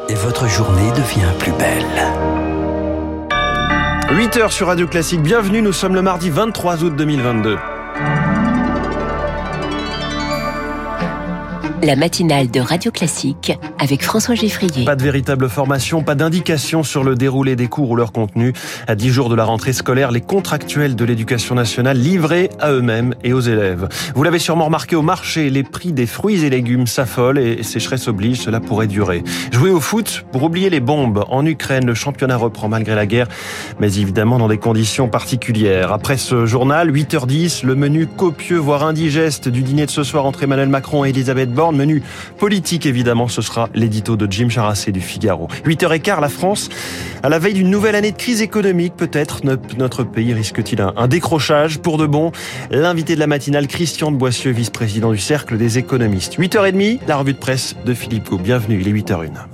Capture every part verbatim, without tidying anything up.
et votre journée devient plus belle. huit heures sur Radio Classique, bienvenue, nous sommes le mardi vingt-trois août deux mille vingt-deux. La matinale de Radio Classique avec François Geffrier. Pas de véritable formation, pas d'indication sur le déroulé des cours ou leur contenu. À dix jours de la rentrée scolaire, les contractuels de l'éducation nationale livrés à eux-mêmes et aux élèves. Vous l'avez sûrement remarqué au marché, les prix des fruits et légumes s'affolent et sécheresse oblige, cela pourrait durer. Jouer au foot pour oublier les bombes. En Ukraine, le championnat reprend malgré la guerre, mais évidemment dans des conditions particulières. Après ce journal, huit heures dix, le menu copieux voire indigeste du dîner de ce soir entre Emmanuel Macron et Elisabeth Borne. Menu politique, évidemment, ce sera l'édito de Jim Charassé du Figaro. huit heures quinze, la France, à la veille d'une nouvelle année de crise économique, peut-être notre pays risque-t-il un, un décrochage pour de bon. L'invité de la matinale, Christian de Boissieu, vice-président du Cercle des économistes. huit heures trente, la revue de presse de Philippe Gau. Bienvenue, il est huit heures une.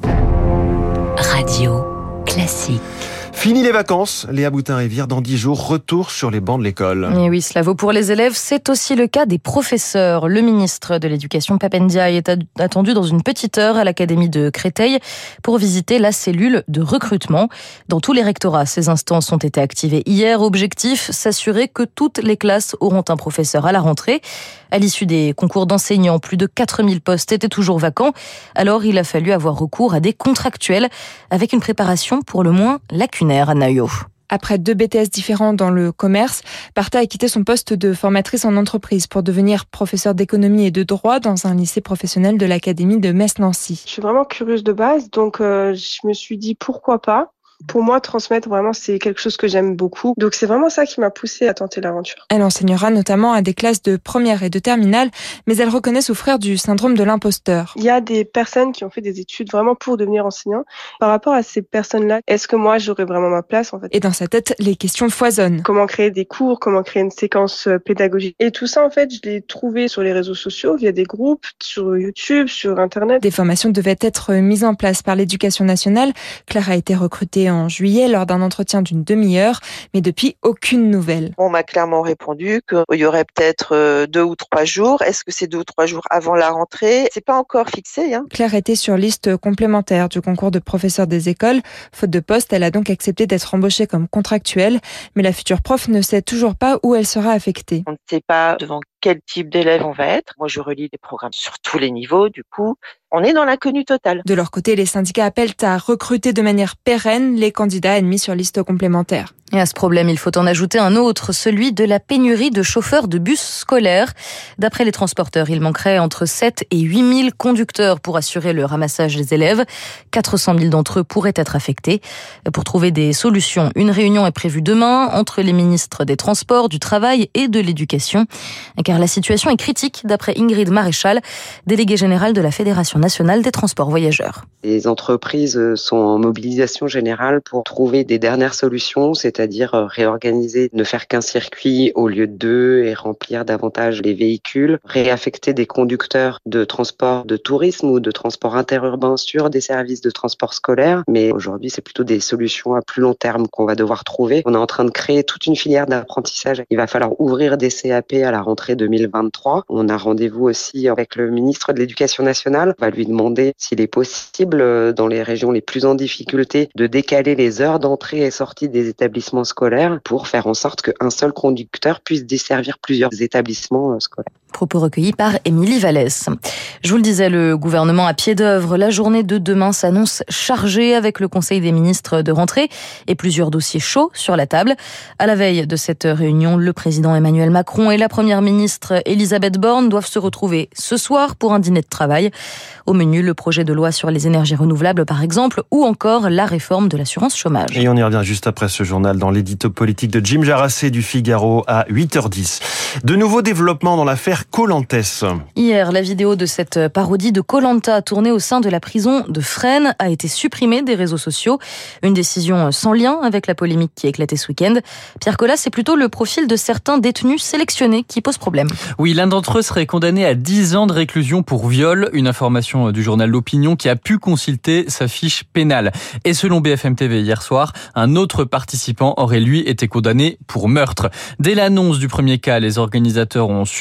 Radio Classique. Fini les vacances, Léa Boutin-Rivière, dans dix jours, retour sur les bancs de l'école. Et oui, cela vaut pour les élèves, c'est aussi le cas des professeurs. Le ministre de l'Éducation, Pap Ndiaye, est attendu dans une petite heure à l'Académie de Créteil pour visiter la cellule de recrutement. Dans tous les rectorats, ces instances ont été activées hier. Objectif, s'assurer que toutes les classes auront un professeur à la rentrée. À l'issue des concours d'enseignants, plus de quatre mille postes étaient toujours vacants. Alors, il a fallu avoir recours à des contractuels avec une préparation pour le moins lacunaire. Après deux B T S différents dans le commerce, Partha a quitté son poste de formatrice en entreprise pour devenir professeure d'économie et de droit dans un lycée professionnel de l'Académie de Metz-Nancy. Je suis vraiment curieuse de base, donc euh, je me suis dit pourquoi pas. Pour moi, transmettre, vraiment, c'est quelque chose que j'aime beaucoup. Donc, c'est vraiment ça qui m'a poussée à tenter l'aventure. Elle enseignera notamment à des classes de première et de terminale, mais elle reconnaît souffrir du syndrome de l'imposteur. Il y a des personnes qui ont fait des études vraiment pour devenir enseignant. Par rapport à ces personnes-là, est-ce que moi, j'aurais vraiment ma place, en fait? Et dans sa tête, les questions foisonnent. Comment créer des cours, comment créer une séquence pédagogique. Et tout ça, en fait, je l'ai trouvé sur les réseaux sociaux, via des groupes, sur YouTube, sur Internet. Des formations devaient être mises en place par l'Éducation nationale. Claire a été recrutée en juillet lors d'un entretien d'une demi-heure, mais depuis, aucune nouvelle. On m'a clairement répondu qu'il y aurait peut-être deux ou trois jours. Est-ce que c'est deux ou trois jours avant la rentrée? C'est pas encore fixé. Hein. Claire était sur liste complémentaire du concours de professeur des écoles. Faute de poste, elle a donc accepté d'être embauchée comme contractuelle, mais la future prof ne sait toujours pas où elle sera affectée. On ne sait pas devant quel type d'élève on va être. Moi, je relis des programmes sur tous les niveaux, du coup, on est dans l'inconnu total. De leur côté, les syndicats appellent à recruter de manière pérenne les candidats admis sur liste complémentaire. Et à ce problème, il faut en ajouter un autre, celui de la pénurie de chauffeurs de bus scolaires. D'après les transporteurs, il manquerait entre sept et huit mille conducteurs pour assurer le ramassage des élèves. quatre cent mille d'entre eux pourraient être affectés. Pour trouver des solutions, une réunion est prévue demain entre les ministres des Transports, du Travail et de l'Éducation. Car la situation est critique, d'après Ingrid Maréchal, déléguée générale de la Fédération nationale des transports voyageurs. Les entreprises sont en mobilisation générale pour trouver des dernières solutions, c'est-à-dire réorganiser, ne faire qu'un circuit au lieu de deux et remplir davantage les véhicules, réaffecter des conducteurs de transport de tourisme ou de transport interurbain sur des services de transport scolaire. Mais aujourd'hui, c'est plutôt des solutions à plus long terme qu'on va devoir trouver. On est en train de créer toute une filière d'apprentissage. Il va falloir ouvrir des C A P à la rentrée deux mille vingt-trois. On a rendez-vous aussi avec le ministre de l'Éducation nationale. On va lui demander s'il est possible, dans les régions les plus en difficulté, de décaler les heures d'entrée et sortie des établissements scolaires pour faire en sorte qu'un seul conducteur puisse desservir plusieurs établissements scolaires. Propos recueillis par Émilie Vallès. Je vous le disais, le gouvernement à pied d'œuvre. La journée de demain s'annonce chargée avec le Conseil des ministres de rentrée et plusieurs dossiers chauds sur la table. À la veille de cette réunion, le président Emmanuel Macron et la première ministre Elisabeth Borne doivent se retrouver ce soir pour un dîner de travail. Au menu, le projet de loi sur les énergies renouvelables, par exemple, ou encore la réforme de l'assurance chômage. Et on y revient juste après ce journal dans l'édito politique de Jim Charassé du Figaro à huit heures dix. De nouveaux développements dans l'affaire Koh-Lanta. Hier, la vidéo de cette parodie de Koh-Lanta tournée au sein de la prison de Fresnes a été supprimée des réseaux sociaux. Une décision sans lien avec la polémique qui a éclaté ce week-end. Pierre Collas, c'est plutôt le profil de certains détenus sélectionnés qui pose problème. Oui, l'un d'entre eux serait condamné à dix ans de réclusion pour viol. Une information du journal L'Opinion qui a pu consulter sa fiche pénale. Et selon B F M T V hier soir, un autre participant aurait lui été condamné pour meurtre. Dès l'annonce du premier cas, les organisateurs ont supprimé la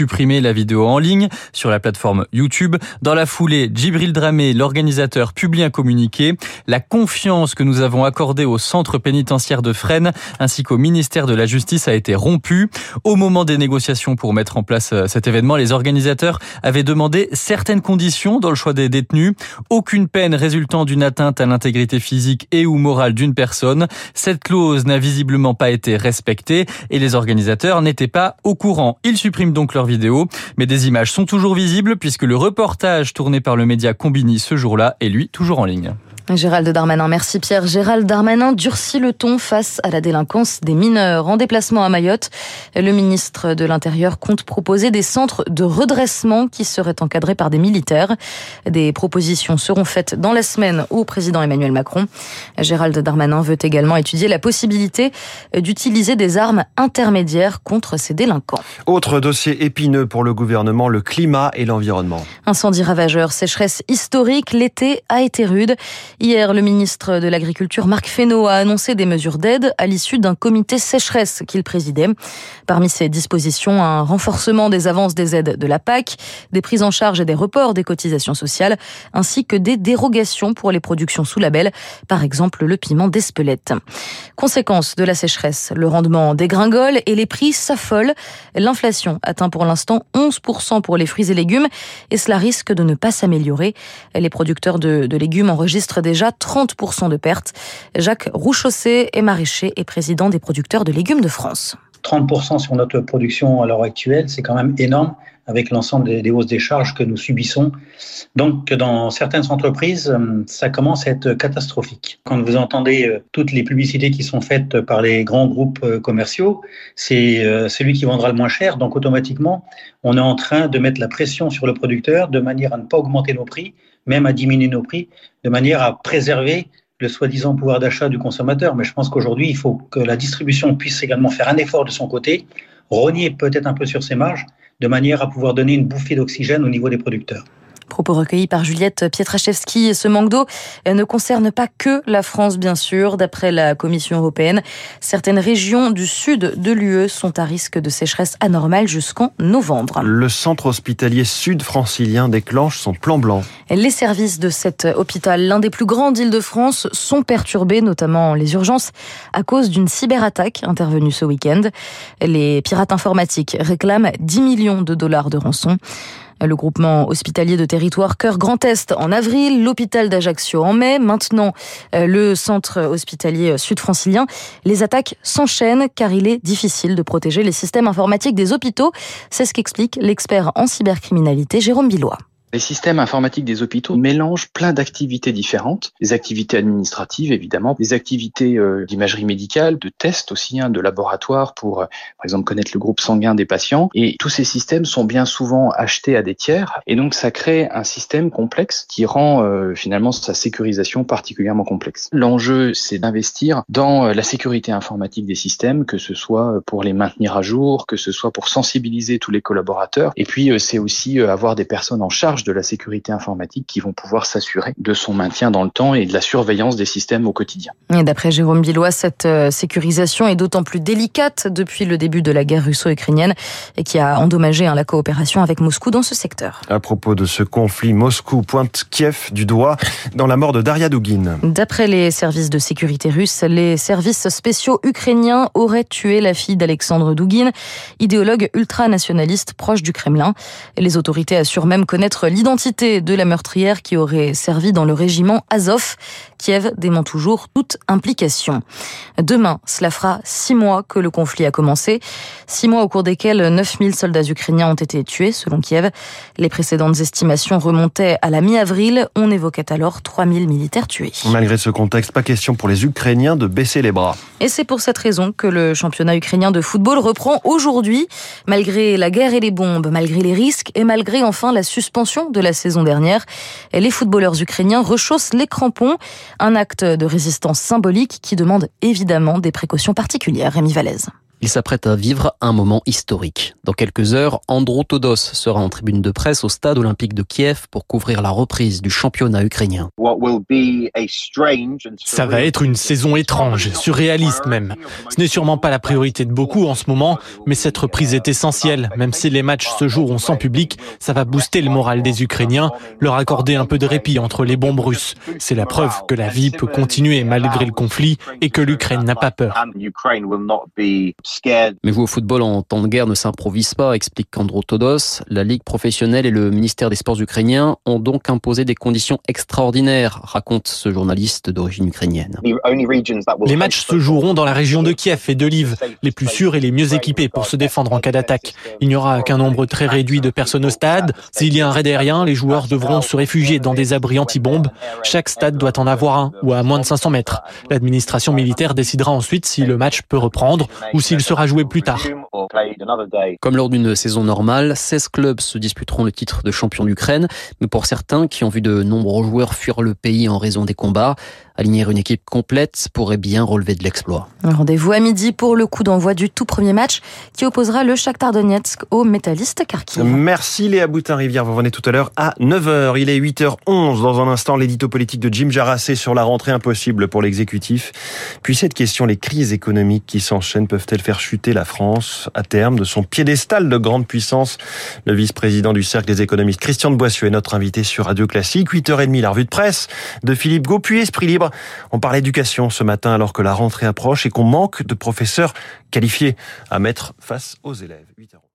la vidéo en ligne sur la plateforme YouTube. Dans la foulée, Djibril Dramé, l'organisateur, publie un communiqué. La confiance que nous avons accordée au centre pénitentiaire de Fresnes ainsi qu'au ministère de la Justice a été rompue. Au moment des négociations pour mettre en place cet événement, les organisateurs avaient demandé certaines conditions dans le choix des détenus. Aucune peine résultant d'une atteinte à l'intégrité physique et ou morale d'une personne. Cette clause n'a visiblement pas été respectée et les organisateurs n'étaient pas au courant. Ils suppriment donc leur vidéo, mais des images sont toujours visibles puisque le reportage tourné par le média Combini ce jour-là est lui toujours en ligne. Gérald Darmanin, merci Pierre. Gérald Darmanin durcit le ton face à la délinquance des mineurs. En déplacement à Mayotte, le ministre de l'Intérieur compte proposer des centres de redressement qui seraient encadrés par des militaires. Des propositions seront faites dans la semaine au président Emmanuel Macron. Gérald Darmanin veut également étudier la possibilité d'utiliser des armes intermédiaires contre ces délinquants. Autre dossier épineux pour le gouvernement, le climat et l'environnement. Incendie ravageur, sécheresse historique, l'été a été rude. Hier, le ministre de l'Agriculture, Marc Fesneau, a annoncé des mesures d'aide à l'issue d'un comité sécheresse qu'il présidait. Parmi ces dispositions, un renforcement des avances des aides de la P A C, des prises en charge et des reports des cotisations sociales, ainsi que des dérogations pour les productions sous label, par exemple le piment d'Espelette. Conséquence de la sécheresse, le rendement dégringole et les prix s'affolent. L'inflation atteint pour l'instant onze pour cent pour les fruits et légumes et cela risque de ne pas s'améliorer. Les producteurs de, de légumes enregistrent déjà trente pour cent de pertes. Jacques Rouchaussé est maraîcher et président des producteurs de légumes de France. trente pour cent sur notre production à l'heure actuelle, c'est quand même énorme avec l'ensemble des, des hausses des charges que nous subissons. Donc, dans certaines entreprises, ça commence à être catastrophique. Quand vous entendez toutes les publicités qui sont faites par les grands groupes commerciaux, c'est celui qui vendra le moins cher. Donc, automatiquement, on est en train de mettre la pression sur le producteur de manière à ne pas augmenter nos prix, même à diminuer nos prix, de manière à préserver le soi-disant pouvoir d'achat du consommateur. Mais je pense qu'aujourd'hui, il faut que la distribution puisse également faire un effort de son côté, rogner peut-être un peu sur ses marges, de manière à pouvoir donner une bouffée d'oxygène au niveau des producteurs. Propos recueillis par Juliette Pietraszewski. Ce manque d'eau ne concerne pas que la France, bien sûr. D'après la Commission européenne, certaines régions du sud de l'U E sont à risque de sécheresse anormale jusqu'en novembre. Le centre hospitalier sud-francilien déclenche son plan blanc. Les services de cet hôpital, l'un des plus grands d'Île-de-France, sont perturbés, notamment les urgences, à cause d'une cyberattaque intervenue ce week-end. Les pirates informatiques réclament dix millions de dollars de rançon. Le groupement hospitalier de territoire Cœur Grand Est en avril, l'hôpital d'Ajaccio en mai, maintenant le centre hospitalier sud-francilien. Les attaques s'enchaînent car il est difficile de protéger les systèmes informatiques des hôpitaux. C'est ce qu'explique l'expert en cybercriminalité Jérôme Billois. Les systèmes informatiques des hôpitaux mélangent plein d'activités différentes, des activités administratives évidemment, des activités euh, d'imagerie médicale, de tests aussi, hein, de laboratoire pour euh, par exemple connaître le groupe sanguin des patients. Et tous ces systèmes sont bien souvent achetés à des tiers et donc ça crée un système complexe qui rend euh, finalement sa sécurisation particulièrement complexe. L'enjeu, c'est d'investir dans euh, la sécurité informatique des systèmes, que ce soit pour les maintenir à jour, que ce soit pour sensibiliser tous les collaborateurs. Et puis euh, c'est aussi euh, avoir des personnes en charge de la sécurité informatique qui vont pouvoir s'assurer de son maintien dans le temps et de la surveillance des systèmes au quotidien. Et d'après Jérôme Billois, cette sécurisation est d'autant plus délicate depuis le début de la guerre russo-ukrainienne et qui a endommagé la coopération avec Moscou dans ce secteur. À propos de ce conflit, Moscou pointe Kiev du doigt dans la mort de Daria Dugin. D'après les services de sécurité russes, les services spéciaux ukrainiens auraient tué la fille d'Alexandre Dugin, idéologue ultranationaliste proche du Kremlin. Les autorités assurent même connaître l'identité de la meurtrière qui aurait servi dans le régiment Azov. Kiev dément toujours toute implication. Demain, cela fera six mois que le conflit a commencé. Six mois au cours desquels neuf mille soldats ukrainiens ont été tués, selon Kiev. Les précédentes estimations remontaient à la mi-avril. On évoquait alors trois mille militaires tués. Malgré ce contexte, pas question pour les Ukrainiens de baisser les bras. Et c'est pour cette raison que le championnat ukrainien de football reprend aujourd'hui. Malgré la guerre et les bombes, malgré les risques et malgré enfin la suspension de la saison dernière, les footballeurs ukrainiens rechaussent les crampons. Un acte de résistance symbolique qui demande évidemment des précautions particulières. Rémi Vallès. Il s'apprête à vivre un moment historique. Dans quelques heures, Androutodos sera en tribune de presse au stade olympique de Kiev pour couvrir la reprise du championnat ukrainien. Ça va être une saison étrange, surréaliste même. Ce n'est sûrement pas la priorité de beaucoup en ce moment, mais cette reprise est essentielle. Même si les matchs se joueront sans public, ça va booster le moral des Ukrainiens, leur accorder un peu de répit entre les bombes russes. C'est la preuve que la vie peut continuer malgré le conflit et que l'Ukraine n'a pas peur. Mais vous, au football, en temps de guerre ne s'improvise pas, explique Androutodos. La Ligue professionnelle et le ministère des Sports ukrainiens ont donc imposé des conditions extraordinaires, raconte ce journaliste d'origine ukrainienne. Les matchs se joueront dans la région de Kiev et de Lviv, les plus sûrs et les mieux équipés pour se défendre en cas d'attaque. Il n'y aura qu'un nombre très réduit de personnes au stade. S'il y a un raid aérien, les joueurs devront se réfugier dans des abris anti-bombes. Chaque stade doit en avoir un, ou à moins de cinq cents mètres. L'administration militaire décidera ensuite si le match peut reprendre ou s'il sera joué plus tard. Comme lors d'une saison normale, seize clubs se disputeront le titre de champion d'Ukraine. Mais pour certains qui ont vu de nombreux joueurs fuir le pays en raison des combats, aligner une équipe complète pourrait bien relever de l'exploit. Rendez-vous à midi pour le coup d'envoi du tout premier match qui opposera le Shakhtar Donetsk au Métalliste Kharkiv. Merci Léa Boutin-Rivière, vous revenez tout à l'heure à neuf heures. Il est huit heures onze. Dans un instant, l'édito politique de Jim Jarassé sur la rentrée impossible pour l'exécutif. Puis cette question, les crises économiques qui s'enchaînent peuvent-elles faire chuter la France à terme de son piédestal de grande puissance? Le vice-président du Cercle des économistes, Christian de Boissieu, est notre invité sur Radio Classique. huit heures trente, la revue de presse de Philippe Gau, puis Esprit Libre. On parle éducation ce matin alors que la rentrée approche et qu'on manque de professeurs qualifiés à mettre face aux élèves. huit heures onze.